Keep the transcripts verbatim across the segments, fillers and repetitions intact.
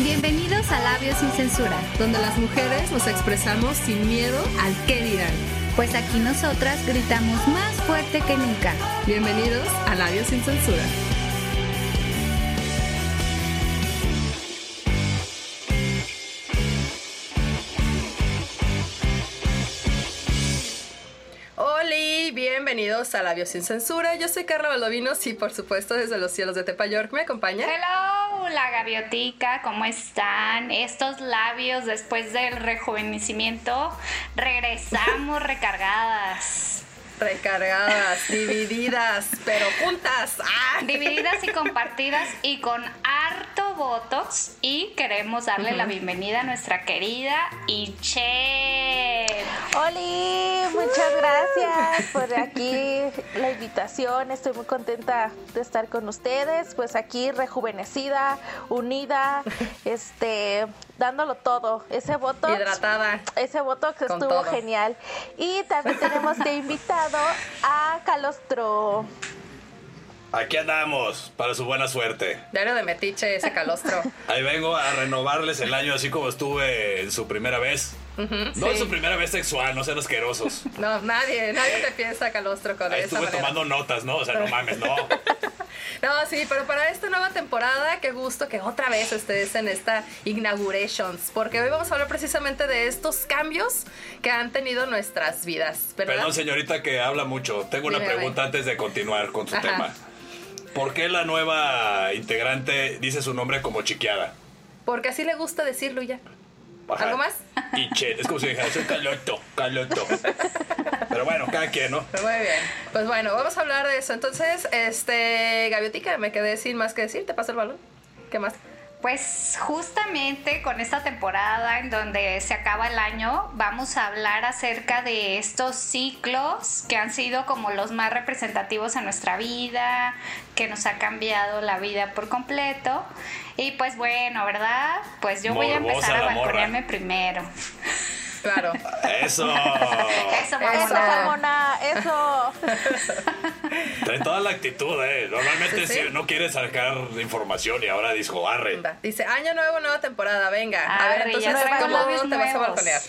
Bienvenidos a Labios sin Censura, donde las mujeres nos expresamos sin miedo al qué dirán. Pues aquí nosotras gritamos más fuerte que nunca. Bienvenidos a Labios sin Censura. Bienvenidos a Labios sin Censura. Yo soy Carla Valdovinos y por supuesto desde los cielos de Tepa York me acompaña. Hello, la gaviotica, ¿cómo están? Estos labios después del rejuvenecimiento regresamos recargadas. Recargadas, divididas, pero juntas. ¡Ah! Divididas y compartidas y con harto botox. Y queremos darle uh-huh. la bienvenida a nuestra querida Iche. ¡Holi! Muchas gracias por aquí la invitación. Estoy muy contenta de estar con ustedes. Pues aquí rejuvenecida, unida, este, dándolo todo. Ese botox. Hidratada. Ese botox estuvo todo. Genial. Y también tenemos de invitado a Calostro. Aquí andamos, para su buena suerte. Diario de metiche ese Calostro. Ahí vengo a renovarles el año así como estuve en su primera vez. Uh-huh, no sí. En su primera vez sexual, no sean asquerosos. No, nadie, nadie te piensa Calostro con Ahí esa estuve manera. tomando notas, ¿no? O sea, no mames, no. No, sí, pero para esta nueva temporada, qué gusto que otra vez estés en esta Inaugurations, porque hoy vamos a hablar precisamente de estos cambios que han tenido nuestras vidas, ¿verdad? Perdón, señorita, que habla mucho. Tengo una Dígame. pregunta antes de continuar con su Ajá. tema. ¿Por qué la nueva integrante dice su nombre como chiqueada? Porque así le gusta decirlo ya. Ajá. ¿Algo más? Iche, es como si dijera, soy Caloto, Caloto. Pero bueno, cada quien, ¿no? Muy bien. Pues bueno, vamos a hablar de eso. Entonces, este, Gaviotica, me quedé sin más que decir. Te paso el balón. ¿Qué más? Pues justamente con esta temporada en donde se acaba el año, vamos a hablar acerca de estos ciclos que han sido como los más representativos en nuestra vida, que nos ha cambiado la vida por completo. Y pues bueno, ¿verdad? Pues yo Morbosa voy a empezar a balconearme morra. primero. Claro. Eso. Eso, mamona. Eso, mamona. Eso. Trae toda la actitud, ¿eh? Normalmente sí, sí. Si no quiere sacar información y ahora dijo, arre. Dice, año nuevo, nueva temporada, venga. Arre, a ver, entonces, ¿cómo nuevos, te vas a balconear?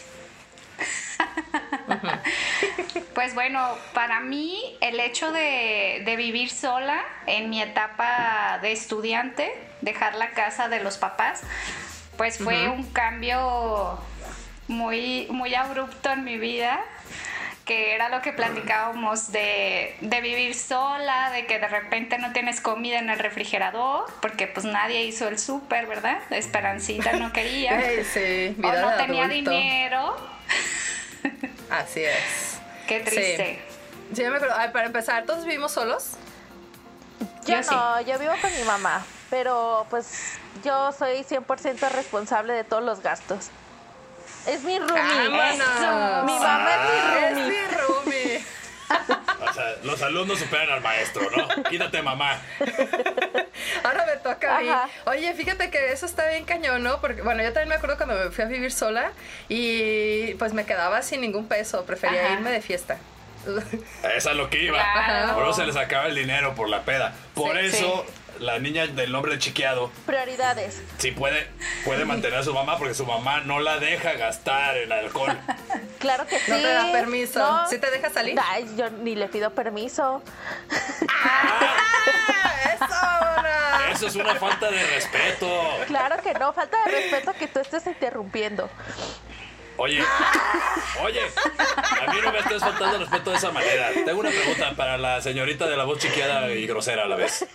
Pues bueno, para mí el hecho de, de vivir sola en mi etapa de estudiante, dejar la casa de los papás, pues fue uh-huh. un cambio muy, muy abrupto en mi vida, que era lo que platicábamos de, de vivir sola, de que de repente no tienes comida en el refrigerador, porque pues nadie hizo el súper, ¿verdad? Esperancita no quería. Sí, sí, o no tenía adulto. dinero. Así es. Qué triste. Sí, sí me acuerdo. A ver, para empezar, ¿todos vivimos solos? Yo, yo no, sí. yo vivo con mi mamá, pero pues yo soy cien por ciento responsable de todos los gastos. Es mi roomie. ¡Vámonos! Mi mamá ah, es mi roomie. Es mi roomie. O sea, los alumnos superan al maestro, ¿no? Quítate, mamá. Ahora me toca a mí. Ajá. Oye, fíjate que eso está bien cañón, ¿no? Porque, bueno, yo también me acuerdo cuando me fui a vivir sola y pues me quedaba sin ningún peso. Prefería Ajá. irme de fiesta. Esa es lo que iba. Claro. Por eso se les acaba el dinero por la peda. Por Sí, eso la niña del nombre de chiqueado Prioridades. sí puede, puede mantener a su mamá porque su mamá no la deja gastar en alcohol. Claro que sí. No te da permiso. No. ¿Sí te deja salir? Ay, yo ni le pido permiso. ¡Ah! ¡Eso, ahora! Eso es una falta de respeto. Claro que no, falta de respeto que tú estés interrumpiendo. Oye, oye, a mí no me estés faltando respeto de esa manera. Tengo una pregunta para la señorita de la voz chiqueada y grosera a la vez.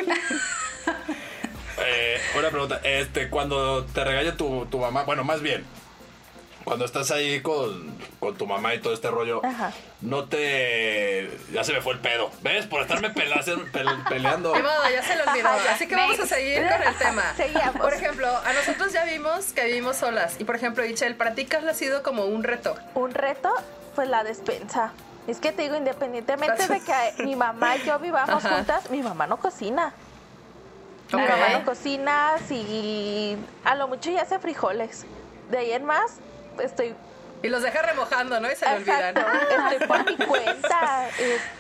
Eh, una pregunta, este, cuando te regaña tu, tu mamá, bueno, más bien, cuando estás ahí con, con tu mamá y todo este rollo, Ajá. no te... Ya se me fue el pedo, ¿ves? Por estarme pela, pe, peleando. De modo, ya se lo olvidó. Ajá, ya. Así que vamos a seguir con el tema. Seguíamos. Por ejemplo, a nosotros ya vimos que vivimos solas. Y por ejemplo, Ichel, ¿para ti qué ha sido como un reto? Un reto, pues la despensa. Es que te digo, independientemente de que mi mamá y yo vivamos Ajá. juntas, mi mamá no cocina. Ok. Mi mamá no cocina, si a lo mucho ya hace frijoles. De ahí en más, estoy... Y los deja remojando, ¿no? Y se le olvidan. Exacto, estoy por mi cuenta. Eh,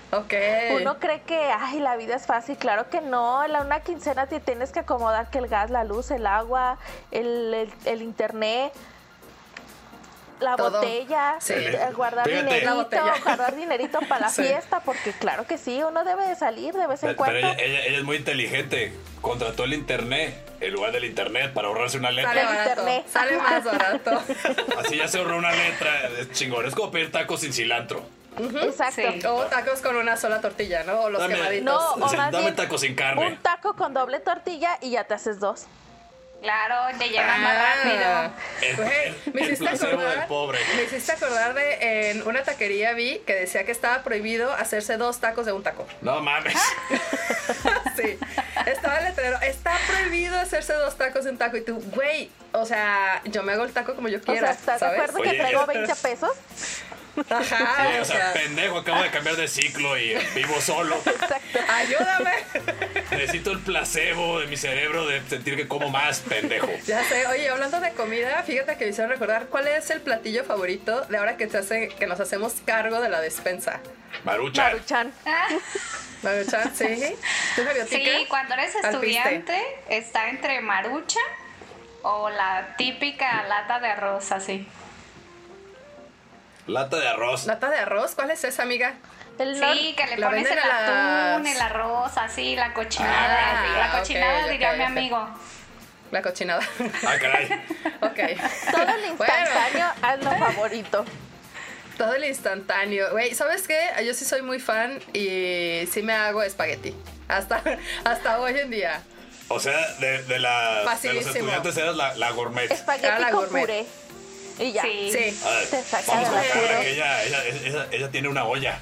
Ok. Uno cree que, ay, la vida es fácil. Claro que no. En la una quincena te tienes que acomodar que el gas, la luz, el agua, el, el, el internet, la Todo. botella, Sí. eh, guardar Fíjate. La dinerito, botella. guardar dinerito para la Sí. fiesta, porque claro que sí, uno debe de salir de vez en Pero cuando. ella, ella- ella es muy inteligente. Contrató el internet en lugar del internet para ahorrarse una Sale letra. barato. internet. Sale más barato. Así ya se ahorró una letra. Es chingón. Es como pedir tacos sin cilantro. Exacto. Sí. O tacos con una sola tortilla, ¿no? O los Dame- quemaditos. No, o Sí, más dame bien, tacos sin carne. un taco con doble tortilla y ya te haces dos. Claro, te llenas más Ah. rápido. El, Güey, el- me el hiciste placebo acordar, del pobre. me hiciste acordar de en una taquería vi que decía que estaba prohibido hacerse dos tacos de un taco. No mames. Sí, estaba el letrero, está prohibido hacerse dos tacos de un taco y tú, güey, o sea, yo me hago el taco como yo O quiera, sea, ¿estás de ¿sabes? acuerdo Oye, que traigo ya- veinte pesos? Ajá, Sí, o o sea, sea, pendejo, acabo de cambiar de ciclo y vivo solo. Exacto. ayúdame. Necesito el placebo de mi cerebro de sentir que como más, pendejo. Ya sé, oye, hablando de comida, fíjate que me hicieron recordar cuál es el platillo favorito de ahora que te hace, que nos hacemos cargo de la despensa. Marucha. Maruchan. Maruchan, sí. ¿Tú, Javiotica? Sí, cuando eres Al piste. estudiante está entre marucha o la típica lata de arroz así. Lata de arroz. ¿Lata de arroz? ¿Cuál es esa, amiga? El nor- Sí, que le La pones el venden a atún, las- el arroz, así, la cochinada. Ah, la cochinada ok, diría ok, mi ok. amigo. La cochinada. Ah, caray. Ok. Todo el instantáneo es lo favorito. Todo el instantáneo. Güey, ¿sabes qué? Yo sí soy muy fan y sí me hago espagueti. Hasta, hasta hoy en día. O sea, de, de, la, de los Facilísimo. estudiantes eras la, la gourmet. Espagueti Ah, la con gourmet. puré. Y ya. Sí. Sí. A ver, Te saca vamos de a la aclarar puré. que ella, ella, ella, ella tiene una olla.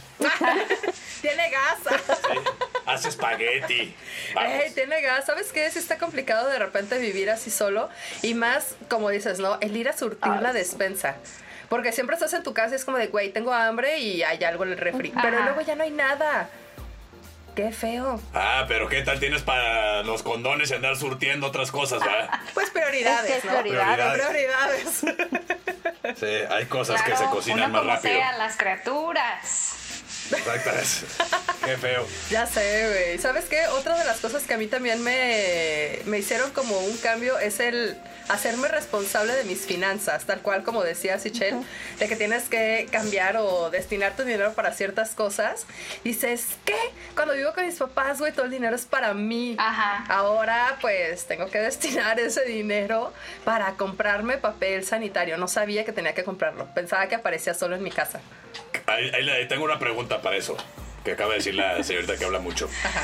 Tiene gas. ¿Sí? Hace espagueti. Vamos. Ey, tiene gas. ¿Sabes qué? Sí está complicado de repente vivir así solo. Y más, como dices, ¿no? El ir a surtir Ay, la sí. despensa. Porque siempre estás en tu casa y es como de, güey, tengo hambre y hay algo en el refri. Ajá. Pero luego ya no hay nada. Qué feo. Ah, pero ¿qué tal tienes para los condones y andar surtiendo otras cosas, ¿verdad? Pues prioridades, Es que es ¿no? prioridades. Prioridades. Sí, hay cosas que se Claro, cocinan uno más como rápido. sea, las criaturas. Exacto. Qué feo. Ya sé, güey. ¿Sabes qué? Otra de las cosas que a mí también me, me hicieron como un cambio es el hacerme responsable de mis finanzas, tal cual como decía Sichel, de que tienes que cambiar o destinar tu dinero para ciertas cosas. Dices, ¿qué? Cuando vivo con mis papás, güey, todo el dinero es para mí. Ajá. Ahora, pues, tengo que destinar ese dinero para comprarme papel sanitario. No sabía que tenía que comprarlo. Pensaba que aparecía solo en mi casa. Ahí, ahí, ahí tengo una pregunta para eso, que acaba de decir la señorita que habla mucho. Ajá.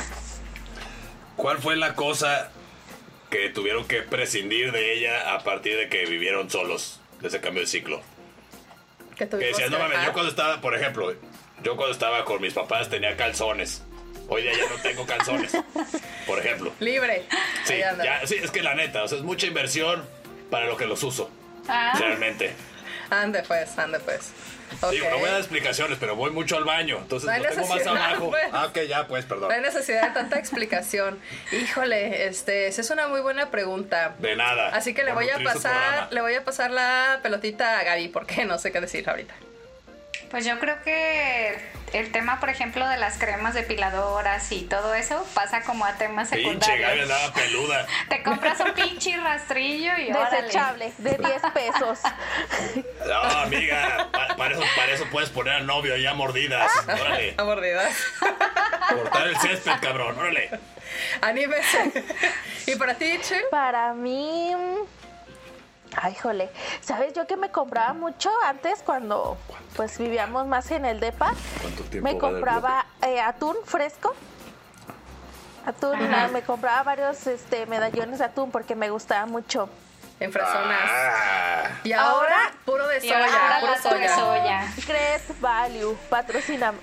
¿Cuál fue la cosa que tuvieron que prescindir de ella a partir de que vivieron solos, de ese cambio de ciclo? Que Que tuvimos decías, no que mames, dejar. yo cuando estaba, por ejemplo, yo cuando estaba con mis papás tenía calzones. Hoy día ya no tengo calzones, por ejemplo. Libre. Sí, Ahí anda. ya, sí, es que la neta, o sea, es mucha inversión para lo que los uso, Ah, realmente. Ande pues, ande pues. Ok. Digo, no voy a dar explicaciones, pero voy mucho al baño, entonces No hay lo tengo más necesidad, abajo. pues. Ah, ok, ya, pues, perdón. No hay necesidad de tanta explicación. Híjole, este, esa es una muy buena pregunta. De nada. Así que le por voy a nutrir su pasar, programa. le voy a pasar la pelotita a Gaby porque no sé qué decir ahorita. pues yo creo que el tema, por ejemplo, de las cremas depiladoras y todo eso pasa como a temas Pinche Gaby secundarios. andaba peluda. Te compras un pinche rastrillo y órale. Desechable, de diez pesos. No, amiga, pa- para, eso, para eso puedes poner al novio ya mordidas. Órale. A mordidas. Cortar el césped, cabrón, órale. Anímese. ¿Y para ti, Che? Para mí... Ay, jole. ¿Sabes yo que me compraba mucho antes cuando pues vivíamos más en el depa? ¿Cuánto tiempo Me va del compraba eh, atún fresco. Atún, Ajá. eh, me compraba varios este, medallones de atún porque me gustaba mucho. En fresonas. Ah, Y ahora, Ahora- puro de Y ahora soya, pura puro lata de soya. soya. Great Value, patrocíname.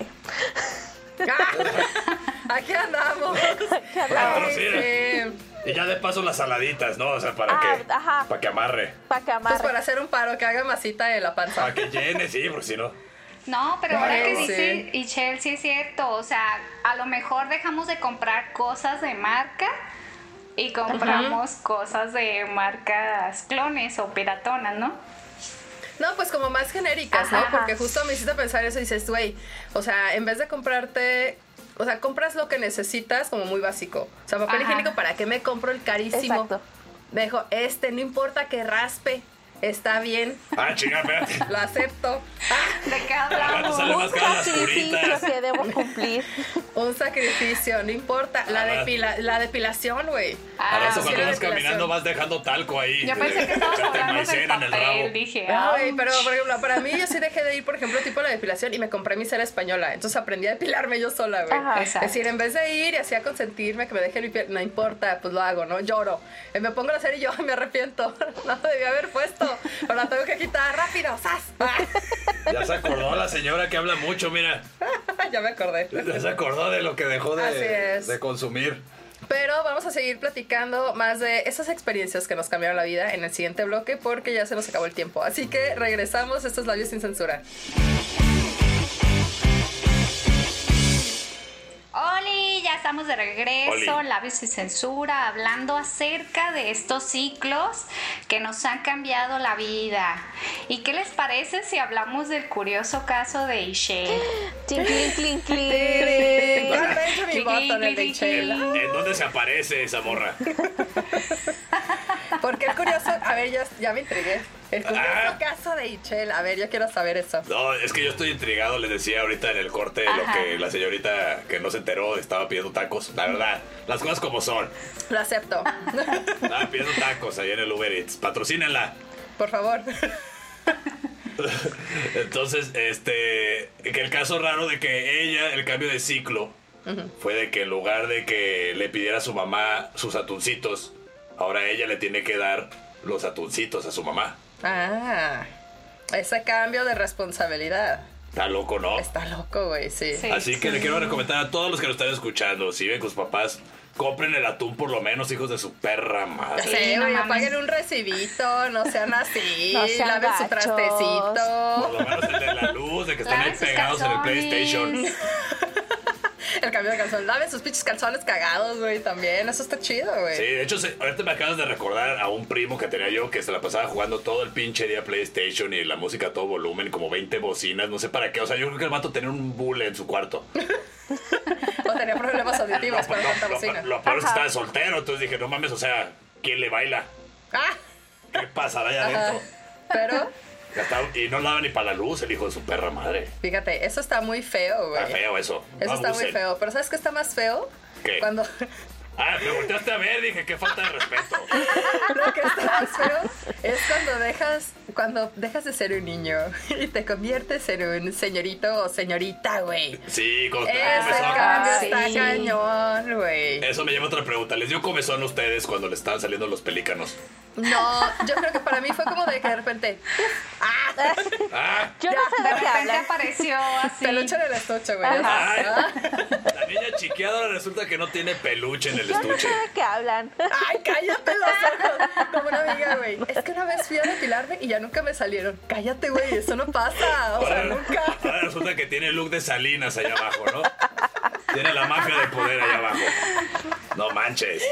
Aquí andamos. ¿Qué andaba? Patrocina. Este, y ya de paso las saladitas, ¿no? O sea, para Ah, que ajá. para que amarre. Pa' que pues amarre. para hacer un paro, que haga masita en la panza. Para que llene, sí, porque si no. No, pero ahora que Ay, dice sí. y Chel, sí es cierto, o sea, a lo mejor dejamos de comprar cosas de marca y compramos cosas de marcas clones o piratonas, ¿no? No, pues como más genéricas, Ajá. ¿no? Porque justo me hiciste pensar eso y dices, güey, o sea, en vez de comprarte, o sea, compras lo que necesitas como muy básico. O sea, papel Ajá. higiénico, ¿para qué me compro el carísimo? Exacto. Me dijo, este, no importa que raspe, está bien, Ah, chinga, espérate. lo acepto. ¿De qué Ah, hablamos? sale más Un caro las sacrificio curitas. que debo cumplir. Un sacrificio, no importa. La, Ah, depila, la depilación, güey. Ah, A eso sí, cuando la vas depilación. caminando vas dejando talco ahí. Yo pensé que estabas Echarte hablando del maicena en el rabo. papel, dije. No, ah, güey, pero por ejemplo, para mí yo sí dejé de ir, por ejemplo, tipo la depilación y me compré mi cera española. Entonces aprendí a depilarme yo sola, güey. Ajá. Es decir, en vez de ir y así a consentirme, que me deje limpiar, no importa, pues lo hago, ¿no? Lloro. Eh, Me pongo la cera y yo me arrepiento. No debí haber puesto. Pero la tengo que quitar rápido, ¡zas! Ya se acordó la señora que habla mucho, mira. Ya me acordé. Ya se acordó de lo que dejó Así de, es. de consumir. Pero vamos a seguir platicando más de esas experiencias que nos cambiaron la vida en el siguiente bloque porque ya se nos acabó el tiempo. Así que regresamos a estos labios sin censura. Oli, ya estamos de regreso, Oli. Labios y Censura, hablando acerca de estos ciclos que nos han cambiado la vida. ¿Y qué les parece si hablamos del curioso caso de Ishel? Chin, clink, clink, clink. Ya me he hecho mi Clink, voto en el clink, de clink, Chela. clink. ¿En dónde se aparece esa morra? Porque el curioso, a ver, ya, ya me intrigué. El curioso Ah. caso de Ichel, a ver, yo quiero saber eso. No, es que yo estoy intrigado, les decía ahorita en el corte lo Ajá. que la señorita que no se enteró estaba pidiendo tacos. La verdad, las cosas como son. Lo acepto. Estaba pidiendo tacos ahí en el Uber Eats. Patrocínenla. Por favor. Entonces, este, que el caso raro de que ella, el cambio de ciclo, fue de que en lugar de que le pidiera a su mamá sus atuncitos, ahora ella le tiene que dar los atuncitos a su mamá. Ah, ese cambio de responsabilidad. Está loco, ¿no? Está loco, güey, sí. Sí. Así que le quiero recomendar a todos los que nos están escuchando, si ven con sus papás, compren el atún por lo menos, hijos de su perra Ya madre. Sí, sé, no güey, mames. apaguen un recibito, no sean así, No sean laven su gachos. Por trastecito. lo menos el de la luz, de que están ahí Laven sus pegados en el calzones. PlayStation. El cambio de calzón, laven sus pinches calzones cagados, güey, también, eso está chido, güey. Sí, de hecho, se- ahorita me acabas de recordar a un primo que tenía yo que se la pasaba jugando todo el pinche día PlayStation y la música a todo volumen, como veinte bocinas, no sé para qué. O sea, yo creo que el vato tenía un bull en su cuarto. O tenía problemas auditivos por Lo- tanta lo- bocina. Lo peor es que Ajá. estaba soltero, entonces dije, no mames, o sea, ¿quién le baila? Ah, ¿Qué pasará allá ajá. adentro? Pero, Gastaba- y no daba ni para la luz el hijo de su perra madre. fíjate, eso está muy feo, güey. Está feo eso. Eso No está muy abusen. feo. Pero ¿sabes qué está más feo? ¿Qué? Cuando Ah, me volteaste a ver, dije, qué falta de respeto. lo que está más feo es cuando dejas, cuando dejas de ser un niño y te conviertes en un señorito o señorita, güey. Sí, con Ese comezón. cambio sí. está cañón, güey. Eso me lleva a otra pregunta. ¿Les dio comezón a ustedes cuando le estaban saliendo los pelícanos? No, yo creo que para mí fue como de que de repente, ¡ah! Ah, Yo no sé De de qué repente hablan. apareció así. Peluche en el estuche, güey. Ajá. ay, Ah. la niña chiqueada resulta que no tiene peluche en el Yo no estuche. sé de qué hablan. Ay, cállate los ojos. Como una amiga, güey. Es que una vez fui a depilarme y ya nunca me salieron. Cállate, güey, eso no pasa. O sea, Ahora, nunca. ahora resulta que tiene look de Salinas allá abajo, ¿no? Tiene la mafia de poder allá abajo. No manches.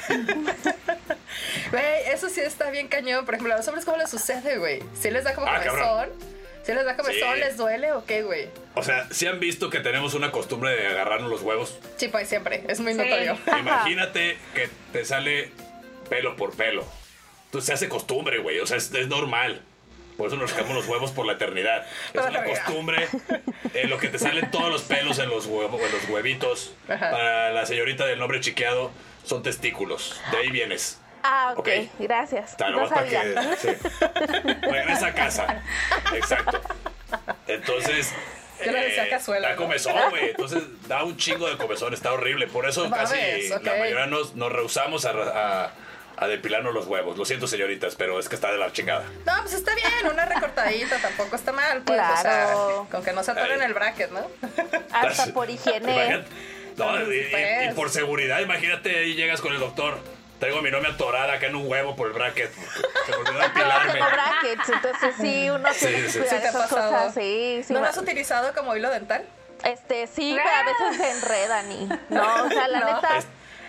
Güey, eso sí está bien cañón. Por ejemplo, a los hombres, ¿cómo les sucede, güey? ¿Sí les da como Ah, comezón? cabrón. ¿Sí les da comezón? Sí. ¿Les duele o qué, güey? O sea, ¿sí han visto que tenemos una costumbre de agarrarnos los huevos? Sí, pues siempre. Es muy Sí. notorio. Imagínate que te sale pelo por pelo. Entonces se hace costumbre, güey. O sea, es, es normal. Por eso nos sacamos los huevos por la eternidad. Es Por la una eternidad. costumbre. En lo que te salen todos los pelos en los, huevos, en los huevitos. Ajá. Para la señorita del nombre chiqueado, son testículos. De ahí vienes. Ah, ok, Ok. gracias. Está, No nomás para sabía. que. Sí. Regresa a casa. Exacto. Entonces. Yo le decía cazuela, Da ¿no? comezón, güey. Entonces da un chingo de comezón. Está horrible. Por eso No casi mames, ok. la mayoría nos, nos rehusamos a, a, a depilarnos los huevos. Lo siento, señoritas, pero es que está de la chingada. No, pues está bien. Una recortadita tampoco está mal, pues. Claro. O sea, con que no se atoren Ay. el bracket, ¿no? Hasta por higiene. Imagínate- No, y, y- Pues. y por seguridad, imagínate y llegas con el doctor. Traigo a mi novia atorada acá en un huevo por el bracket. Se me olvidó Yo depilarme. tengo brackets, entonces sí, uno Sí, tiene que sí. cuidar Sí te ha esas pasado. cosas. Sí, sí. ¿No lo me- has utilizado como hilo dental? Este, sí, pero a veces se enredan y... No, o sea, la No. neta... Es-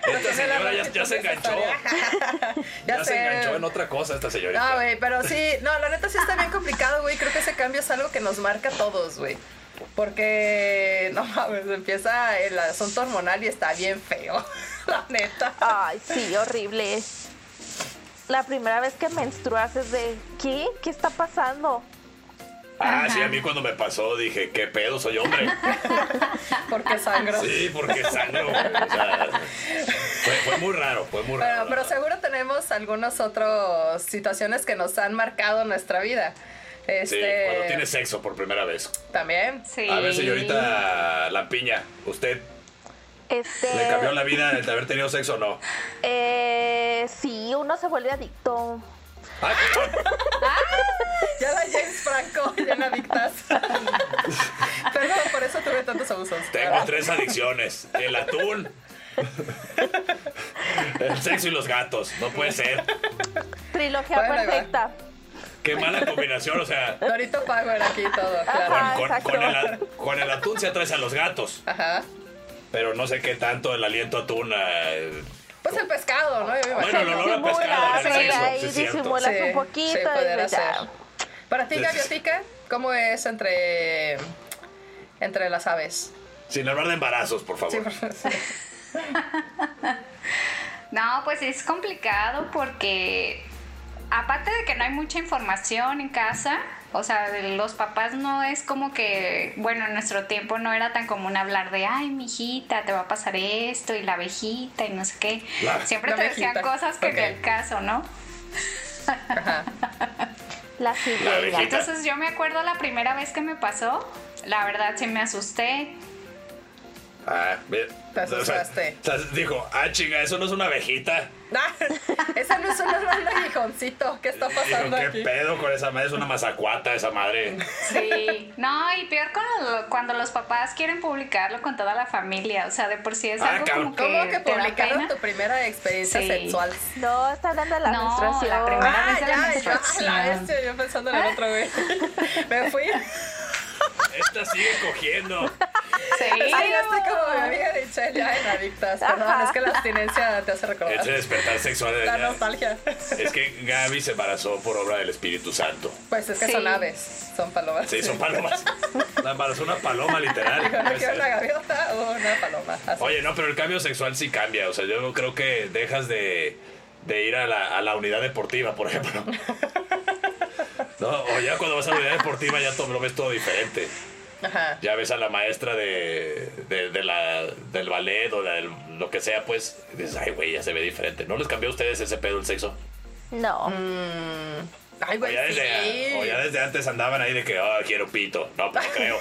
Esta señora ya, ya se enganchó. ya ya sé. se enganchó en otra cosa esta señorita. No, güey, pero sí, no, la neta sí está bien complicado, güey. Creo que ese cambio es algo que nos marca a todos, güey. Porque, no mames, empieza el asunto hormonal y está bien feo, la neta. Ay, sí, horrible. La primera vez que menstruas es de, ¿qué? ¿Qué está pasando? Ah, Ajá. sí, a mí cuando me pasó dije, ¿qué pedo? Soy hombre. Porque sangro. Sí, porque sangro, güey. O sea, fue, fue muy raro, fue muy Pero, raro. pero seguro tenemos algunas otras situaciones que nos han marcado nuestra vida. Este, Sí, cuando tienes sexo por primera vez. También. Sí. A ver, señorita Lampiña, ¿usted Este, le cambió la vida el de haber tenido sexo o no? eh, sí, uno se vuelve adicto. ¡Ah, cabrón! Ya la James Franco, ya la adictas. Perdón, por eso tuve tantos abusos. Tengo tres adicciones. El atún, el sexo y los gatos. No puede ser. Trilogía Bueno, ahí va. perfecta. Qué mala combinación, o sea... Dorito Power aquí y todo. Con, Claro. Ajá. con- exacto. con el, a- con el atún se atraes a los gatos, Ajá. pero no sé qué tanto el aliento atún... eh, Pues el pescado, ¿no? Yo me Bueno, imagino. el olor a pescado en el Disimulas, sexo, ahí sí es cierto. disimulas Sí, un poquito sí, y pudiera pues ya. ser. Para ti, Gaviotica, ¿cómo es entre, entre las aves? Sin hablar de embarazos, por favor. Sí, por- sí. No, pues es complicado porque aparte de que no hay mucha información en casa, o sea, los papás no es como que, bueno, en nuestro tiempo no era tan común hablar de, ay, mijita, te va a pasar esto y la abejita y no sé qué. La- Siempre la te decían abejita. cosas que Ok. del caso, ¿no? Ajá. La La ciruela. abejita. Entonces yo me acuerdo la primera vez que me pasó, la verdad sí me asusté. Ah, bien. Te asustaste. O sea, o sea, dijo, ah, chinga, eso no es una abejita. Ah, ese no es un, un aguijoncito. ¿Qué está Dijo, pasando ¿qué aquí? pedo con esa madre? Es una mazacuata esa madre. Sí, no, y peor cuando, cuando los papás quieren publicarlo con toda la familia, o sea, de por sí es Ah, algo cabrón. como que, ¿Cómo que te da publicaron pena. tu primera experiencia Sí. sexual? No, está hablando de la No, menstruación. la primera- Ah, vez de la ya, yo, menstruación. ah, la bestia, yo pensando en el otro, güey. Me fui. Esta sigue cogiendo. Sí. Ay, ya estoy como mi amiga de Michelle ya en adictas. Perdón, Ajá. es que la abstinencia te hace recordar. Ese despertar sexual. La ya- nostalgia. Es que Gaby se embarazó por obra del Espíritu Santo. Pues es que Sí. son aves, son palomas. Sí, son palomas. La embarazó una paloma, literal. Dijo, no Puede quiero ser. una gaviota o una paloma. Así. Oye, no, pero el cambio sexual sí cambia. O sea, yo creo que dejas de, de ir a la, a la unidad deportiva, por ejemplo. No, o ya cuando vas a la unidad deportiva ya todo, lo ves todo diferente. Ajá. Ya ves a la maestra de, de, de la, del ballet o de lo que sea, pues, y dices, ay, güey, ya se ve diferente. ¿No les cambió a ustedes ese pedo el sexo? No. Mm. Ay, O güey, ya, desde, sí. o ya desde antes andaban ahí de que, oh, quiero pito. No, pues no creo.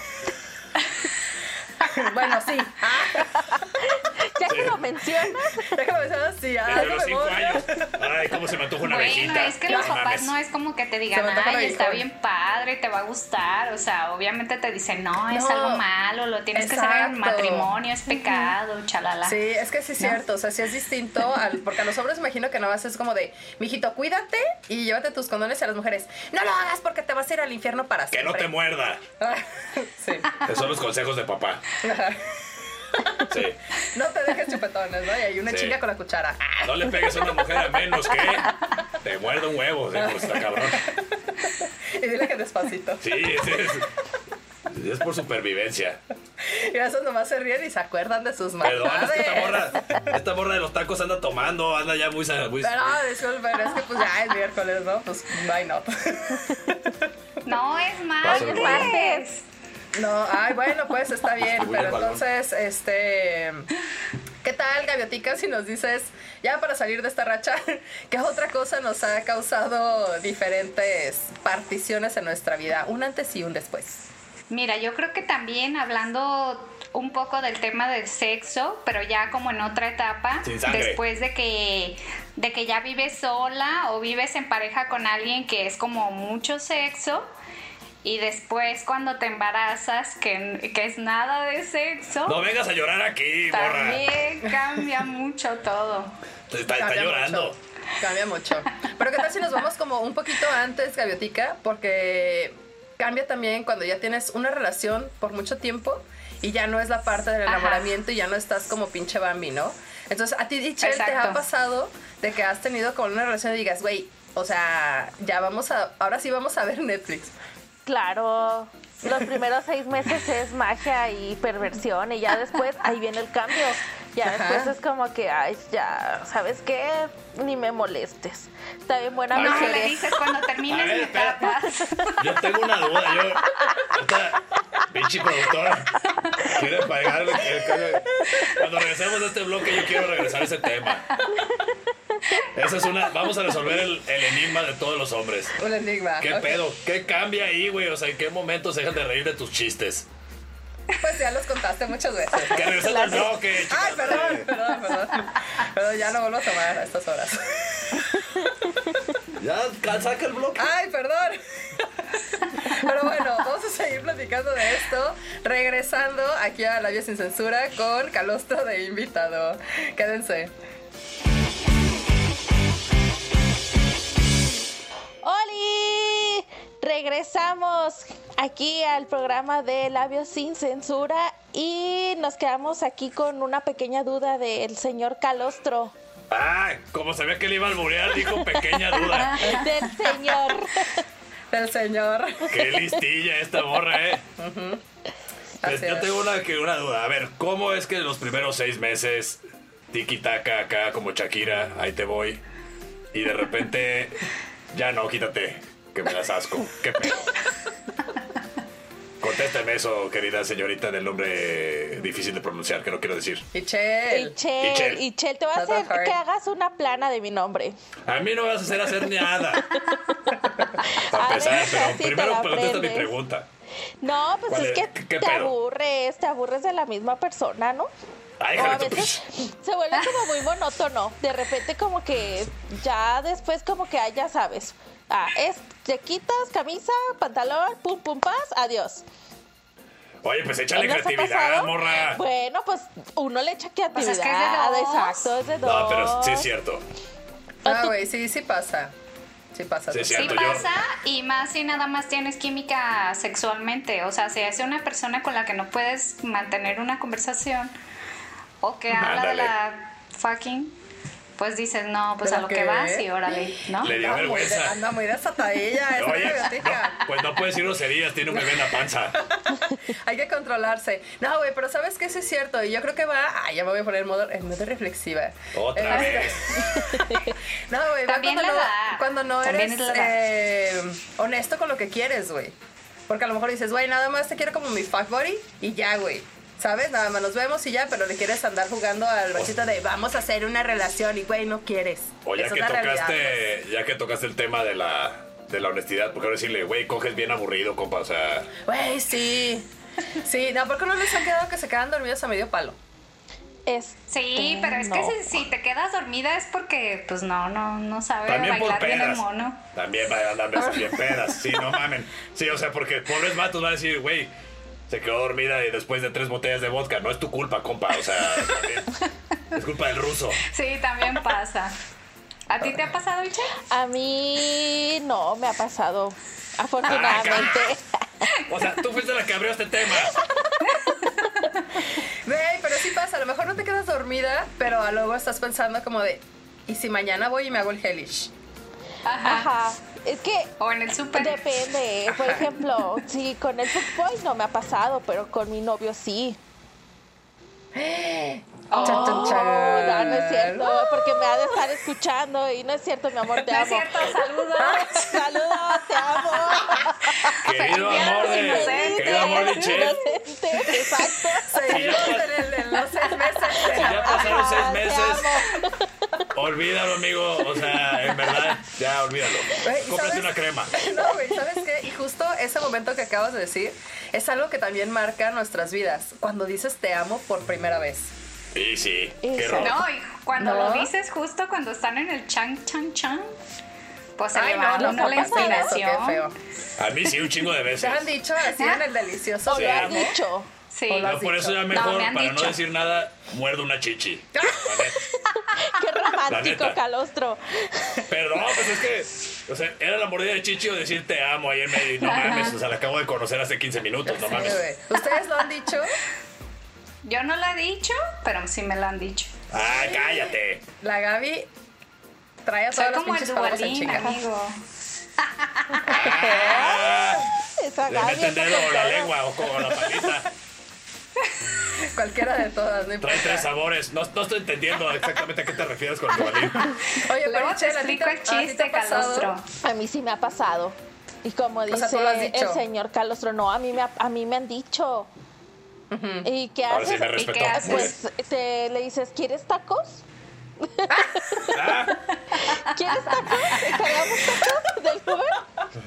Bueno, sí. Ah, Ya que lo mencionas, déjame decir así. Ah, Desde no los me cinco voy. años. Ay, cómo se me antoja una Bueno, abejita. es que los No papás mames. no es como que te Se digan, me antoja un ay, está abejón". bien padre, te va a gustar. O sea, obviamente te dicen, no, es No. algo malo, lo tienes que hacer en Exacto. matrimonio, es pecado, chalala. Sí, es que sí es cierto, o sea, sí es distinto, al, porque a los hombres imagino que nada más es como de, mijito, cuídate y llévate tus condones, y a las mujeres, no lo hagas porque te vas a ir al infierno para Que siempre. no te muerda. Sí. Esos son los consejos de papá. Sí. No te dejes chupetones, ¿no? Y hay una Sí. chinga con la cuchara. Ah, No le pegues a una mujer a menos que te muerda un huevo. Sí, pues está cabrón. Y dile que despacito. Sí, sí, es, es por supervivencia. Y a esos nomás se ríen y se acuerdan de sus Perdón, es maldades. que esta morra, esta morra de los tacos anda tomando, anda ya muy... muy Pero, disculpen, es que pues ya es miércoles, ¿no? Pues, why not? No, es Pásalo, martes. güey. martes. No, ay, bueno, pues está bien, Distribuye pero el balón. entonces, este, ¿qué tal, Gaviotica, si nos dices, ya para salir de esta racha, qué otra cosa nos ha causado diferentes particiones en nuestra vida, un antes y un después? Mira, yo creo que también hablando un poco del tema del sexo, pero ya como en otra etapa, Sin sangre. después de que de que ya vives sola o vives en pareja con alguien que es como mucho sexo, y después cuando te embarazas, que, que es nada de sexo, No vengas a llorar aquí, morra. también cambia mucho todo. Está, está Cambia llorando. mucho, cambia mucho. Pero qué tal si nos vamos como un poquito antes, Gaviotica, porque cambia también cuando ya tienes una relación por mucho tiempo y ya no es la parte del enamoramiento. Ajá. Y ya no estás como pinche Bambi, ¿no? Entonces, a ti, Itchel, ¿te ha pasado de que has tenido con una relación y digas, güey, o sea, ya vamos a, ahora sí vamos a ver Netflix? Claro, los primeros seis meses es magia y perversión y ya después ahí viene el cambio. Ya Ajá. después es como que, ay, ya, ¿sabes qué? Ni me molestes. Está bien buena no, mi serie. No, le dices cuando termines mi etapa. Yo tengo una duda, yo... Esta pinche productora quiere pagar el, el, cuando regresemos de este bloque yo quiero regresar a ese tema. Esa es una... Vamos a resolver el, el enigma de todos los hombres. Un enigma. ¿Qué okay. pedo? ¿Qué cambia ahí, güey? O sea, ¿en qué momento se dejan de reír de tus chistes? Pues ya los contaste muchas veces. Que regresando al bloque. Ay, perdón, perdón, perdón. Pero ya no vuelvo a tomar a estas horas. Ya, saca el bloque. Ay, perdón. Pero bueno, vamos a seguir platicando de esto. Regresando aquí a Labios Sin Censura con Calostro de invitado. Quédense. ¡Holi! Regresamos aquí al programa de Labios Sin Censura y nos quedamos aquí con una pequeña duda del señor Calostro. Ah, como sabía que le iba a alburear, dijo pequeña duda. Del señor. Del señor. Qué listilla esta morra, ¿eh? Uh-huh. Pues yo tengo una, una duda. A ver, ¿cómo es que los primeros seis meses tiki-taka acá como Shakira, ahí te voy, y de repente ya no, quítate, que me das asco? ¿Qué pedo? Contéstame eso, querida señorita del nombre difícil de pronunciar, que no quiero decir. Ichel. Ichel. Ichel. Ichel, te voy a hacer que hagas una plana de mi nombre. A mí no me vas a hacer hacer nada. Para empezar, pero primero contesta mi pregunta. No, pues es, es que ¿Qué, qué te pedo? aburres, te aburres de la misma persona, ¿no? Ay, o a veces se vuelve como muy monótono. De repente como que ya después como que ah, ya sabes. Ah, es, te quitas camisa, pantalón, pum, pum, paz, adiós. Oye, pues échale creatividad, morra. Bueno, pues uno le echa creatividad. Pues es que es de dos. Exacto, es de dos. No, pero sí es cierto. Ah, güey, sí, sí pasa. Sí pasa. Sí, es cierto, sí pasa, yo... y más si nada más tienes química sexualmente. O sea, si es una persona con la que no puedes mantener una conversación o que habla Ándale. de la fucking... Pues dices, no, pues a lo qué? que vas y órale, ¿no? Le dio anda vergüenza. Muy de, anda muy desatadilla esa Oye, no, pues no puedes ir groserías, tiene un bebé en la panza. Hay que controlarse. No, güey, pero ¿sabes qué? Eso es cierto. Y yo creo que va... Ay, ya me voy a poner en modo, en modo reflexiva. Otra eh, vez. No, güey, va cuando, no, cuando no También eres eh, honesto con lo que quieres, güey. Porque a lo mejor dices, güey, nada más te quiero como mi fuck buddy y ya, güey. ¿Sabes? Nada más nos vemos y ya, pero le quieres andar jugando al rachito de vamos a hacer una relación y güey, no quieres. O ya Eso que es la tocaste, realidad, pues. ya que tocaste el tema de la, de la honestidad, porque ahora decirle, güey, coges bien aburrido, compa, o sea. Güey, sí. Sí, no, ¿por qué no les ha quedado que se quedan dormidos a medio palo? Este, sí, pero es no. que si, si te quedas dormida es porque, pues no, no, no sabe También bailar por bien el pedas. mono. También andan bien pedas. Sí, no mamen. Sí, o sea, porque pobres matos van a decir, güey, se quedó dormida y después de tres botellas de vodka. No es tu culpa, compa. O sea, es culpa del ruso. Sí, también pasa. ¿A ti te ha pasado, Iche? A mí no me ha pasado, afortunadamente. Ah, o sea, tú fuiste la que abrió este tema. Güey, pero sí pasa. A lo mejor no te quedas dormida, pero luego estás pensando como de, ¿y si mañana voy y me hago el hellish? Ajá. Ajá. Es que o en el súper. Depende. Por ejemplo, sí, con el fuckboy no me ha pasado, pero con mi novio sí. Oh, chan, chan, chan. No, no es cierto, porque me ha de estar escuchando y no es cierto, mi amor, te no amo. Es cierto, saludos. Saludos, te amo. Querido amor de, querido amor de Che. Exacto. Seguimos en, en los seis meses. Si ya pasaron seis meses, olvídalo, amigo. O sea, en verdad, ya olvídalo. Cómprate una crema. No, güey, ¿sabes qué? Y justo ese momento que acabas de decir es algo que también marca nuestras vidas. Cuando dices te amo por primera vez. Sí, sí. Qué raro. No, y cuando ¿No? lo dices justo cuando están en el chan, chan, chan, pues se Ay, le va no, a uno no la pasa eso, inspiración. qué feo. A mí sí, un chingo de veces. ¿Te han dicho así en el delicioso? O Sí. lo has dicho. Sí. O lo Yo por dicho. eso ya No, mejor, me han para dicho. no decir nada, muerdo una chichi. La neta. Qué La romántico, neta. Calostro. Perdón, pues es que, o sea, era la mordida de chichi o decir te amo ahí en medio y no mames, o sea, la acabo de conocer hace quince minutos, no Sí, mames. güey. ¿Ustedes lo han dicho? Yo no lo he dicho, pero sí me lo han dicho. ¡Ah, cállate! La Gaby trae a Soy todas las como el pinches palabras en Dubalín, chinga. amigo. Ah, Esa le Gaby meten anda dedo con o la todo. lengua o como la palita. Cualquiera de todas, no Trae importa. tres sabores. No, no estoy entendiendo exactamente a qué te refieres con el Dubalín. Oye, Luego pero te Chela, ¿a ti explico te- el a ti te ha chiste, pasado? Calostro. A mí sí me ha pasado. Y como dice sea, tú lo has dicho. el señor Calostro, no, a mí me, ha- a mí me han dicho. ¿Y qué Ahora sí haces? me ¿Y respetó. qué haces? Pues te, le dices, ¿quieres tacos? Ah, ¿Quieres tacos? ¿Cargamos tacos del Uber?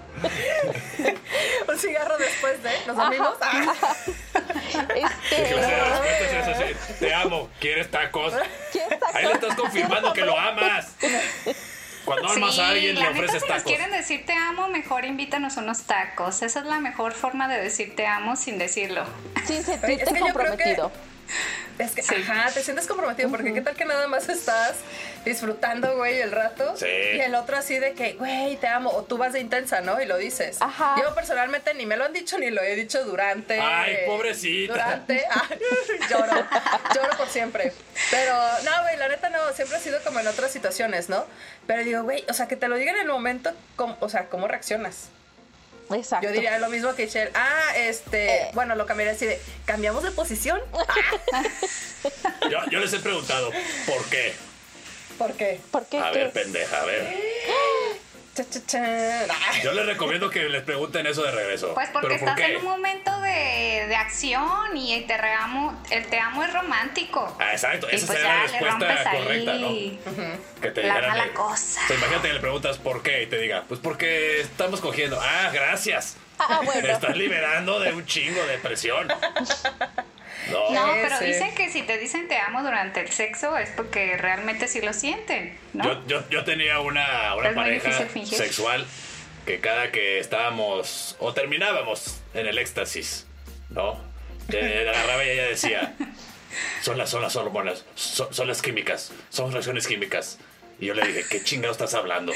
Un cigarro después de, ¿nos amigos? Ah, que Este, la respuesta sí es así. Te amo. ¿Quieres tacos? ¿quieres tacos? Ahí le estás confirmando que lo amas. Cuando amas Sí, a alguien la le neta, ofreces si nos tacos. quieren decir te amo, mejor invítanos unos tacos. Esa es la mejor forma de decir te amo sin decirlo. Sin Oye, sentirte es que yo creo comprometido. es que, Sí. ajá, te sientes comprometido, porque qué tal que nada más estás disfrutando, güey, el rato. Sí. Y el otro así de que, güey, te amo. O tú vas de intensa, ¿no? Y lo dices. Ajá. Yo personalmente ni me lo han dicho ni lo he dicho durante. Ay, pobrecita. Durante. Ah, lloro. Lloro por siempre. Pero, no, güey, la neta no. Siempre ha sido como en otras situaciones, ¿no? Pero digo, güey, o sea, que te lo digan en el momento, ¿cómo- o sea, ¿cómo reaccionas? Exacto. Yo diría lo mismo que Shell. Ah, este. Eh. Bueno, lo cambiaría así de. ¿Cambiamos de posición? Yo, yo les he preguntado, ¿por qué? ¿Por qué? ¿Por qué? A ¿Qué? ver, pendeja, a ver. Cha, cha, cha. Ah. Yo les recomiendo que les pregunten eso de regreso. Pues porque ¿Pero por estás qué? en un momento de, de acción y te amo, el te amo es romántico. Ah, exacto. Y Esa pues sería la ya le rompes respuesta correcta, ahí ¿no? Que te la dijeran mala de- cosa. O sea, imagínate que le preguntas por qué y te diga, pues porque estamos cogiendo. Ah, gracias. Ah, bueno. Te estás liberando de un chingo de presión. No. No, Sí, pero sí. dicen que si te dicen te amo durante el sexo es porque realmente sí lo sienten, ¿no? Yo, yo, yo tenía una, una Es muy pareja difícil fingir. sexual que cada que estábamos o terminábamos en el éxtasis, ¿no? Te agarraba y ella decía, son las, son las hormonas, son, son las químicas, son reacciones químicas. Y yo le dije, ¿qué chingado estás hablando?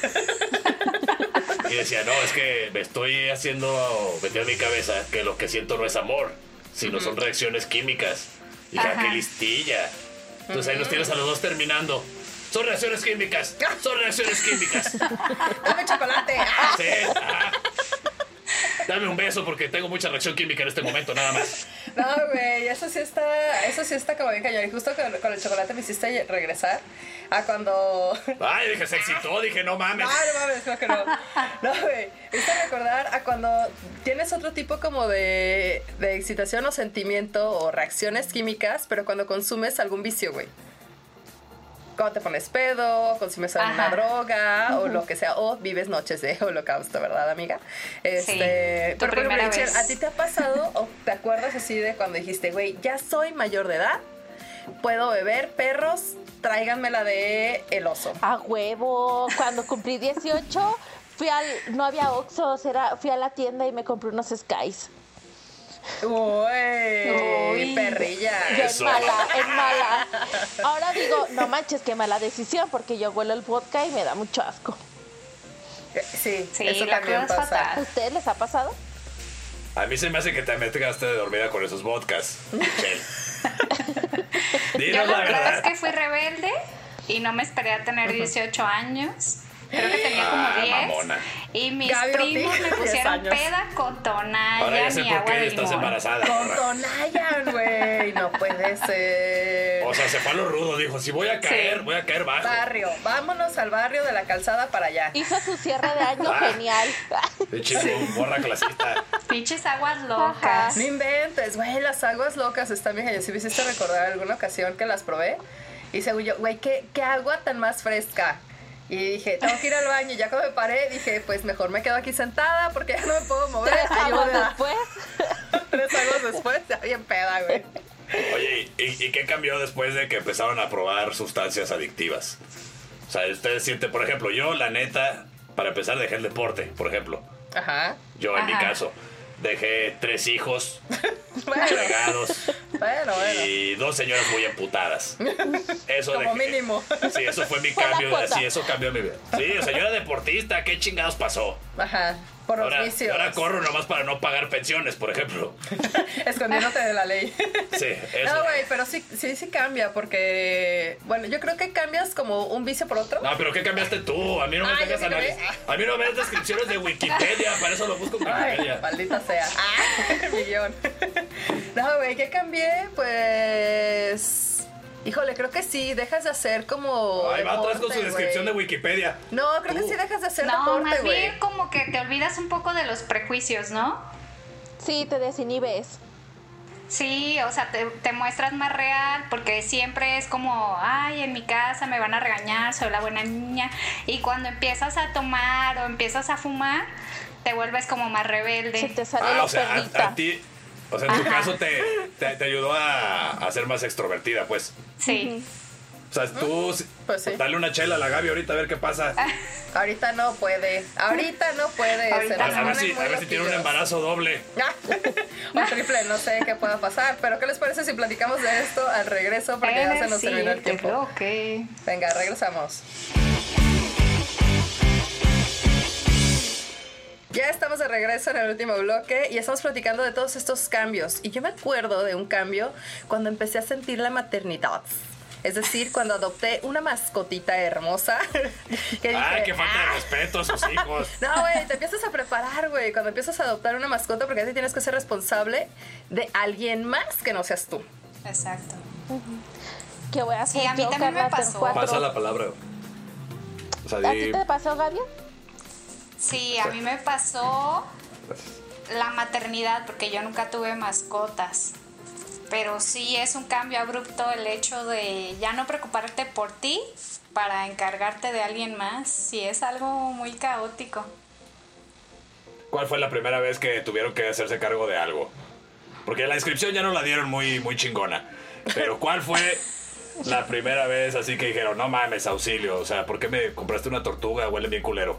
Y decía, no, es que me estoy haciendo, metió en mi cabeza que lo que siento no es amor, sino son reacciones químicas. Y dije, Ajá. qué listilla. Entonces ahí nos tienes a los dos terminando. Son reacciones químicas, son reacciones químicas. Dame chocolate. Ah. Sí, ah. Dame un beso porque tengo mucha reacción química en este momento, nada más. No, güey, eso sí está, eso sí está como bien cañón. Y justo con, con el chocolate me hiciste regresar a cuando... Ay, dije, se excitó, dije, no mames. No, no mames, creo que no. No, güey. Me hizo recordar a cuando tienes otro tipo como de, de excitación o sentimiento o reacciones químicas, pero cuando consumes algún vicio, güey. Cuando te pones pedo, consumes alguna Ajá. droga o lo que sea, o vives noches de holocausto, ¿verdad, amiga? Este, tu pero por ejemplo, primera Rachel, vez. ¿a ti te ha pasado o te acuerdas así de cuando dijiste, güey, ya soy mayor de edad, puedo beber, perros, tráiganme la de el oso? A huevo. Cuando cumplí dieciocho, fui al. No había Oxxos, era, fui a la tienda y me compré unos Skies. Uy, Uy. perrilla. Yo Eso. en mala, en mala. Ahora digo, no manches, qué mala decisión, porque yo huelo el vodka y me da mucho asco. Sí, Sí, eso la también cruda es pasa. ¿A fatal. ustedes les ha pasado? A mí se me hace que te me quedaste de dormida con esos vodkas, Michelle. Yo Dinos la la verdad es verdad. que fui rebelde y no me esperé a tener dieciocho años. Creo que tenía como Ah, diez. mamona. Y mis Gaby, primos diez me pusieron años. peda con tonalla Ahora ya sé ni por agua qué de estás limón. embarazada. Con morra. Tonayan, güey. No puede ser. O sea, se fue a lo rudo, dijo, si voy a caer, Sí. voy a caer bajo. Barrio, vámonos al barrio de la calzada para allá. Hizo su cierre de año Ah. genial. De chico, morra clasista. Pinches aguas Ajá. locas. No inventes, güey, las aguas locas están bien. Yo sí me hiciste recordar alguna ocasión que las probé. Y según yo, güey, ¿qué, qué agua tan más fresca. Y dije, tengo que ir al baño. Y ya cuando me paré, dije, pues mejor me quedo aquí sentada porque ya no me puedo mover. Tres aguas Ayuda. después. Tres aguas después, ya bien peda, güey. Oye, ¿y, ¿y qué cambió después de que empezaron a probar sustancias adictivas? O sea, ustedes sienten, por ejemplo, yo, la neta, para empezar, dejé el deporte, por ejemplo. Ajá. Yo, en mi Ajá. caso, dejé tres hijos Bueno, cargados bueno, bueno. y dos señoras muy emputadas. Eso Como dejé. mínimo. Sí, eso fue mi Fue la cambio, cuota. sí, eso cambió mi vida. Sí, o sea, yo era deportista, ¿qué chingados pasó? Ajá. Por los ahora, vicios. Ahora corro nomás para no pagar pensiones, por ejemplo. Escondiéndote de la ley. Sí, eso. No, güey, pero sí, sí, sí cambia porque, bueno, yo creo que cambias como un vicio por otro. No, pero ¿qué cambiaste tú? A mí no me Ah, tengas yo sí análisis. A mí no me das descripciones de Wikipedia, para eso lo busco en Ay, Wikipedia. maldita sea. Ah, millón. No, güey, ¿qué cambié? Pues... Híjole, creo que sí, dejas de hacer como Ay, va atrás con deporte, su descripción güey. de Wikipedia. No, creo Tú. que sí dejas de hacer No, deporte, más güey. bien como que te olvidas un poco de los prejuicios, ¿no? Sí, te desinhibes. Sí, o sea, te, te muestras más real porque siempre es como, ay, en mi casa me van a regañar, soy la buena niña. Y cuando empiezas a tomar o empiezas a fumar, te vuelves como más rebelde. Se te sale Ah, la o sea, perrita. a, a ti, o sea, en tu Ajá. caso te, te, te ayudó a, a ser más extrovertida, pues. Sí. O sea, tú, Pues sí. dale una chela a la Gaby ahorita a ver qué pasa. Ahorita no puede. Ahorita no puede. Ahorita se A, nos a ver ponen si, muy a ver si tiene un loquillos. embarazo doble. Ah, o triple, no sé qué pueda pasar. Pero ¿qué les parece si platicamos de esto al regreso? Porque ya se nos terminó el tiempo. Ok. Venga, regresamos. Ya estamos de regreso en el último bloque y estamos platicando de todos estos cambios. Y yo me acuerdo de un cambio cuando empecé a sentir la maternidad. Es decir, cuando adopté una mascotita hermosa. Que dije, Ay, qué falta de "Ah". respeto a sus hijos. No, güey, te empiezas a preparar, güey, cuando empiezas a adoptar una mascota porque te tienes que ser responsable de alguien más que no seas tú. Exacto. ¿Qué voy a hacer Sí, a mí yo, también me Carla? Tengo pasó. cuatro. Pasa la palabra. O sea, ¿A di- ti te pasó, Gaby? Sí, a mí me pasó la maternidad porque yo nunca tuve mascotas. Pero sí es un cambio abrupto el hecho de ya no preocuparte por ti para encargarte de alguien más. Sí, es algo muy caótico. ¿Cuál fue la primera vez que tuvieron que hacerse cargo de algo? Porque la descripción ya no la dieron muy, muy chingona. Pero ¿cuál fue la primera vez así que dijeron, no mames, auxilio? O sea, ¿por qué me compraste una tortuga? Huele bien culero.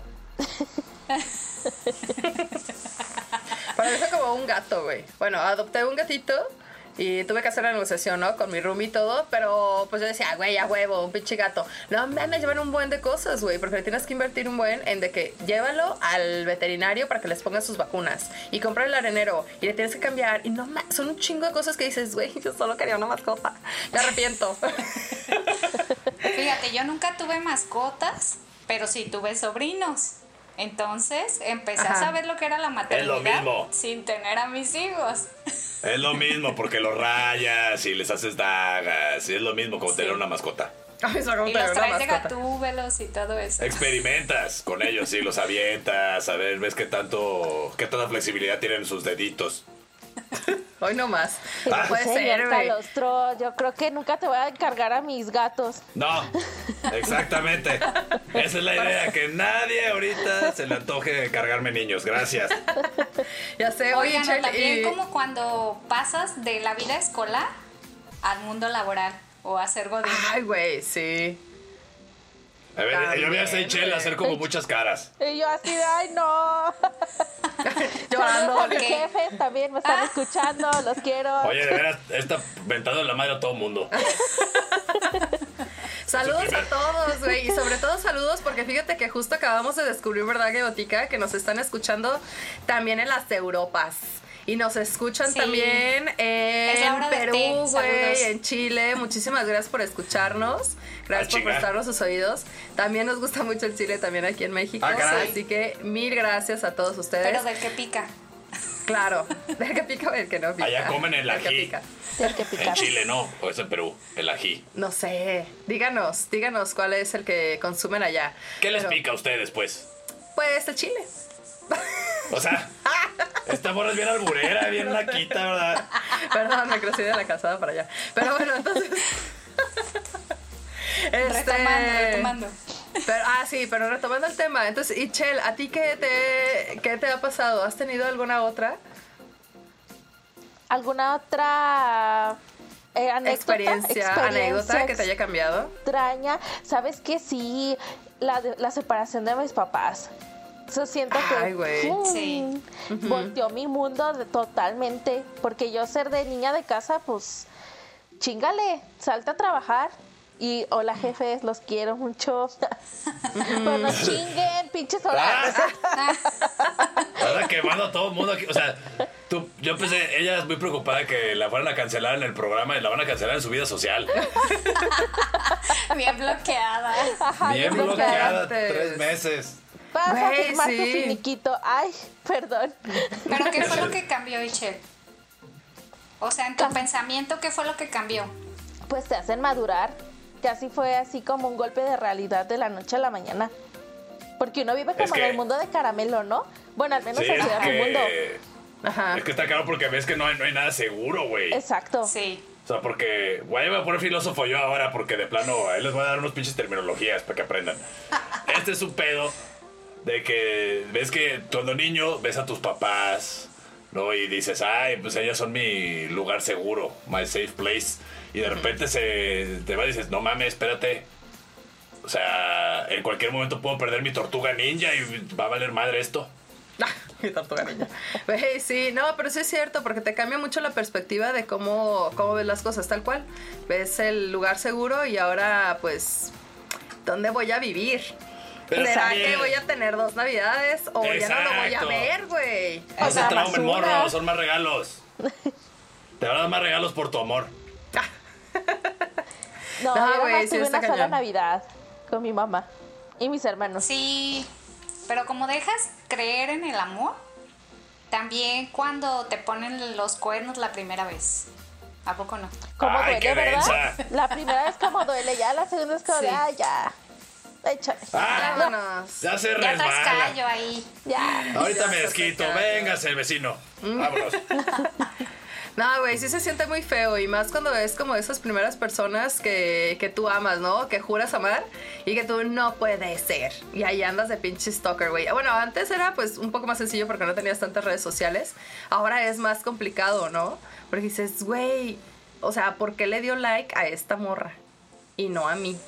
Parece como un gato, güey. Bueno, adopté un gatito y tuve que hacer la negociación, ¿no? Con mi roomie y todo, pero pues yo decía, güey, a huevo, un pinche gato. No, me van a llevar un buen de cosas, güey, porque le tienes que invertir un buen en de que llévalo al veterinario para que les pongan sus vacunas y comprar el arenero y le tienes que cambiar y no ma- son un chingo de cosas que dices, güey, yo solo quería una mascota. Me arrepiento. Fíjate, yo nunca tuve mascotas, pero sí tuve sobrinos. Entonces empecé Ajá. a saber lo que era la maternidad mismo. sin tener a mis hijos. Es lo mismo porque los rayas y les haces dagas. Y es lo mismo como Sí. tener una mascota. Ay, eso como Y tener los una traes de mascota. gatúbelos y todo eso. Experimentas con ellos, sí, los avientas, a ver, ves qué tanto, qué tanta flexibilidad tienen sus deditos. Hoy no más. Ah. No puede Señor ser, güey. Calostro, yo creo que nunca te voy a encargar a mis gatos. No, exactamente. Esa es la idea, que nadie ahorita se le antoje cargarme niños. Gracias. Ya sé, oye, Oigan, o Chel, también y... como cuando pasas de la vida escolar al mundo laboral o a ser godín. Ay, güey, sí. A ver, yo vi a También, Seychelle güey. hacer como muchas caras. Y yo así de, ay, no. Llorando. Saludos a mis ¿qué? jefes, también me están escuchando, los quiero. Oye, de veras, está ventando la madre a todo mundo. Saludos Su primer- a todos, güey. Y sobre todo saludos porque fíjate que justo acabamos de descubrir, ¿verdad, Gayotica? Que nos están escuchando también en las Europas. Y nos escuchan Sí. también Es la en hora del té. Perú, Saludos. güey, en Chile. Muchísimas gracias por escucharnos. Gracias Ah, por chinga. prestarnos sus oídos. También nos gusta mucho el Chile, también aquí en México. Ah, caray. Así que mil gracias a todos ustedes. Pero del que pica. Claro, del que pica o del que no pica. Allá comen el Del que ají. pica. Tienes que En picar. Chile no, o es en Perú, el ají. No sé, díganos, díganos cuál es el que consumen allá. ¿Qué les Pero, pica a ustedes, pues? Pues el chile. O sea, esta morra es bien alburera, bien laquita, ¿verdad? Perdón, me crecí de la calzada para allá. Pero bueno, entonces. este. Retomando, retomando. Pero, ah, sí, pero retomando el tema. Entonces, Ichel, ¿a ti qué te, qué te ha pasado? ¿Has tenido alguna otra ¿Alguna otra eh, anécdota? experiencia, anécdota que te haya cambiado? extraña? ¿Sabes qué? Sí, la, de- la separación de mis papás. Eso siento que Ay, güey. ¡pum! Sí. volteó mi mundo de- totalmente. Porque yo ser de niña de casa, pues, chingale, salta a trabajar. Y hola jefes, los quiero mucho. Pero no chinguen, pinches horas. Anda quemando a todo el mundo aquí. O sea, tú, yo pensé, ella es muy preocupada que la fueran a cancelar en el programa y la van a cancelar en su vida social. Bien bloqueada. Ajá, Bien yo creo que bloqueada, antes. tres meses. Vas a Güey, firmar tu sí. finiquito. Ay, perdón. ¿Pero qué fue lo que cambió, Ichel? O sea, en tu pensamiento, ¿qué fue lo que cambió? Pues te hacen madurar. Casi fue así como un golpe de realidad de la noche a la mañana. Porque uno vive como Es que- en el mundo de caramelo, ¿no? Bueno, al menos Sí, así es era el mundo. que, Ajá. es que está claro porque ves que no hay, no hay nada seguro, güey. Exacto. Sí. O sea, porque, güey, me voy a poner filósofo yo ahora porque de plano, ahí les voy a dar unos pinches terminologías para que aprendan. Este es un pedo de que ves que cuando niño ves a tus papás, ¿no? Y dices, ay, pues ellos son mi lugar seguro, my safe place. Y de repente se te va y dices, no mames, espérate. O sea, en cualquier momento puedo perder mi tortuga ninja y va a valer madre esto. Mi tortuga ninja. Güey, sí, no, pero sí es cierto, porque te cambia mucho la perspectiva de cómo, cómo ves las cosas, tal cual. Ves el lugar seguro y ahora, pues, ¿dónde voy a vivir? Pero ¿Será también- que voy a tener dos navidades o ya no lo voy a Exacto. ver, güey? No se sea, traumen, basura. morro, son más regalos. Te van a dar más regalos por tu amor. No, No, yo nada güey, más sí tuve está una sola cañón. Navidad con mi mamá y mis hermanos. Sí, pero como dejas creer en el amor, también cuando te ponen los cuernos la primera vez. ¿A poco no? Como Ay, qué duele, ¿verdad? densa. La primera vez como duele, ya la segunda es como de, Sí. ay, ya. Échale. Ah, Vámonos. ya se Ya traes resbala. callo ahí. Ya. Ahorita Ya me se desquito, acerca. véngase el vecino. Vámonos. No, güey, sí se siente muy feo y más cuando ves como esas primeras personas que, que tú amas, ¿no? Que juras amar y que tú no puede ser. Y ahí andas de pinche stalker, güey. Bueno, antes era pues un poco más sencillo porque no tenías tantas redes sociales. Ahora es más complicado, ¿no? Porque dices, güey, o sea, ¿por qué le dio like a esta morra y no a mí?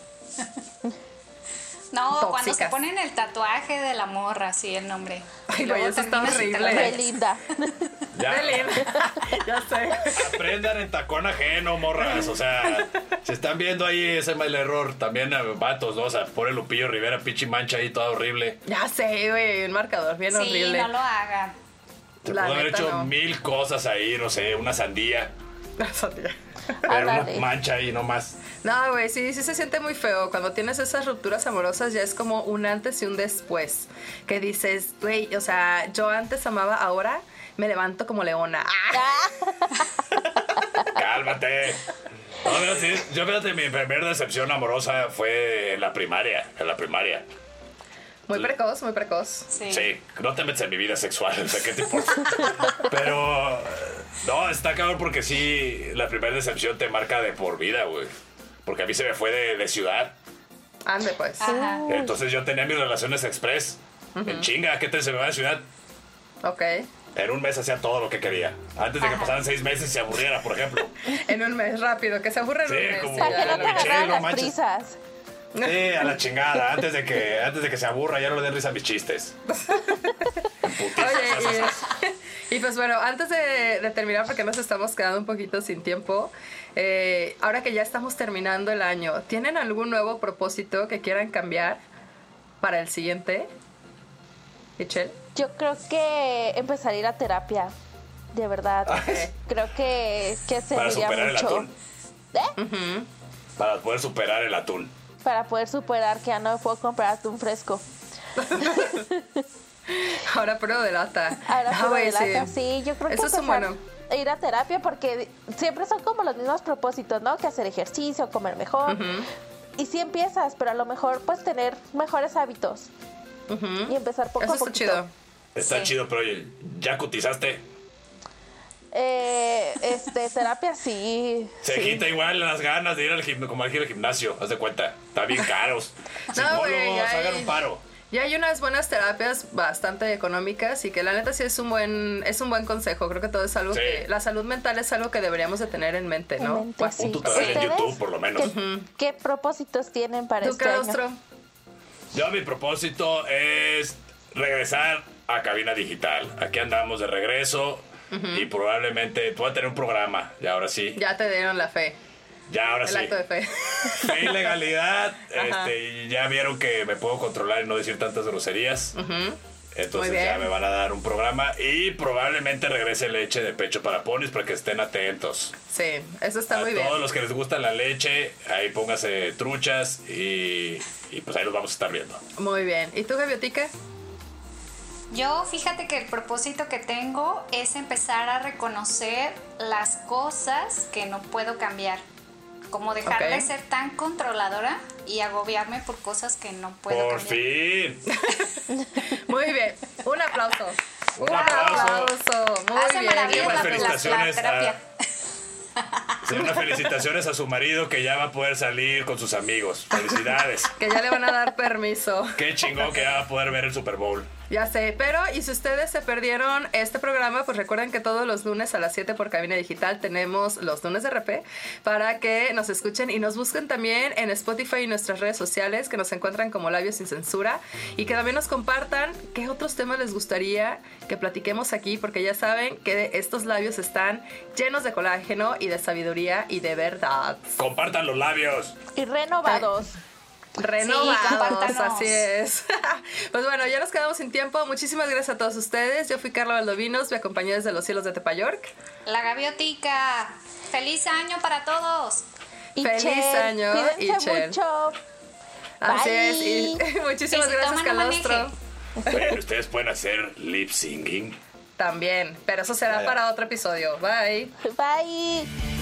No, cuando se Tóxicas. ponen el tatuaje de la morra, sí, el nombre. Ay, Y luego güey, eso está terminas y te lo horrible. Qué ves. linda. Ya. Belén. Ya sé. Aprendan en tacón ajeno, morras. O sea, si están viendo ahí ese mal error, también eh, vatos, ¿no? O sea, pone Lupillo Rivera, pinche mancha ahí, toda horrible. Ya sé, güey, un marcador bien Sí, horrible. no lo hagan. Se La pudo haber neta, hecho no. mil cosas ahí, no sé, una sandía. Sandía. Pero una Ándale. mancha ahí nomás. No, güey, sí, sí se siente muy feo. Cuando tienes esas rupturas amorosas ya es como un antes y un después. Que dices, güey, o sea, yo antes amaba, ahora me levanto como leona. ¡Ah! Cálmate. No, pero sí, yo fíjate, mi primera decepción amorosa fue en la primaria. En la primaria. Muy precoz, muy precoz. Sí. Sí, no te metes en mi vida sexual, o sea, ¿qué te importa? Pero, eh, no, está cabrón porque sí, la primera decepción te marca de por vida, güey. Porque a mí se me fue de, de ciudad. Ande, pues. Ajá. Entonces yo tenía mis relaciones express. En chinga, ¿qué te se me va de ciudad? Ok. En un mes hacía todo lo que quería. Antes de que Ajá. pasaran seis meses y se aburriera, por ejemplo. En un mes, rápido, que se aburre en Sí, un mes. como- y Para ya. que no te la Michelle, agarraran no las manches. prisas. Sí, a la chingada. Antes de que, antes de que se aburra, ya no le den risa a mis chistes. Oye, y, y pues bueno, antes de, de terminar, porque nos estamos quedando un poquito sin tiempo, eh, ahora que ya estamos terminando el año, ¿tienen algún nuevo propósito que quieran cambiar para el siguiente? ¿Michelle? Yo creo que empezar a ir a terapia. De verdad. Ay. Creo que, que Para serviría superar el mucho. atún. ¿Eh? Para poder superar el atún. Para poder superar que ya no me puedo comprar atún fresco. Ahora pruebo de lata. Ahora Ah, puro güey, de lata, sí. Yo creo que Eso es un empezar bueno. a ir a terapia porque siempre son como los mismos propósitos, ¿no? Que hacer ejercicio, comer mejor. Y sí empiezas, pero a lo mejor pues tener mejores hábitos Ujú. y empezar poco Eso a está poquito. chido. Está Sí. chido, pero oye, ¿ya cotizaste? Eh, este, terapia sí. Se sí. quita igual las ganas de ir al gimnasio, como al ir al gimnasio, haz de cuenta. Está bien caros. No, güey, Psicólogos, ya hagan hay- un paro. Y hay unas buenas terapias bastante económicas y que la neta sí es un buen es un buen consejo. Creo que todo es algo Sí. que la salud mental es algo que deberíamos de tener en mente, En ¿no? mente, Pues, sí. Un tutorial en ¿Ustedes YouTube, por lo menos. ¿Qué, qué propósitos tienen para ¿Tú, este año? Calostro? Yo, mi propósito es regresar a Cabina Digital. Aquí andamos de regreso y probablemente voy a tener un programa. Y ahora sí, Ya te dieron la fe, ya ahora el sí. acto de fe. Fe y legalidad. Ajá. Este, y ya vieron que me puedo controlar y no decir tantas groserías. Entonces ya me van a dar un programa y probablemente regrese leche de pecho para ponis para que estén atentos. Sí, eso está a muy bien. A todos los que les gusta la leche, ahí póngase truchas y, y pues ahí los vamos a estar viendo. Muy bien. ¿Y tú, Gaviotica? Yo, fíjate que el propósito que tengo es empezar a reconocer las cosas que no puedo cambiar. Como dejar Ok. de ser tan controladora y agobiarme por cosas que no puedo Por cambiar. fin. Muy bien. Un aplauso. Un, Un aplauso. aplauso. Muy Hace bien. maravillas Unas la, la, la felicitaciones terapia. Sí, unas felicitaciones a su marido que ya va a poder salir con sus amigos. Felicidades. Que ya le van a dar permiso. Qué chingón que ya va a poder ver el Super Bowl. Ya sé, pero y si ustedes se perdieron este programa, pues recuerden que todos los lunes a las siete por Cabina Digital tenemos los lunes de R P para que nos escuchen y nos busquen también en Spotify y nuestras redes sociales, que nos encuentran como Labios Sin Censura, y que también nos compartan qué otros temas les gustaría que platiquemos aquí, porque ya saben que estos labios están llenos de colágeno y de sabiduría y de verdad. Compartan los labios. Y renovados. Renovados, Sí, compártanos. así es. Pues bueno, ya nos quedamos sin tiempo. Muchísimas gracias a todos ustedes. Yo fui Carla Valdovinos, me acompañé desde los cielos de Tepayork. La Gaviotica. ¡Feliz año para todos! Feliz Ichel, año, cuídense Ichel. mucho. Así Bye. es. Y muchísimas Que se gracias, toman, no Calostro. Bueno, ustedes pueden hacer lip singing. También, pero eso será Vaya. para otro episodio. Bye. Bye.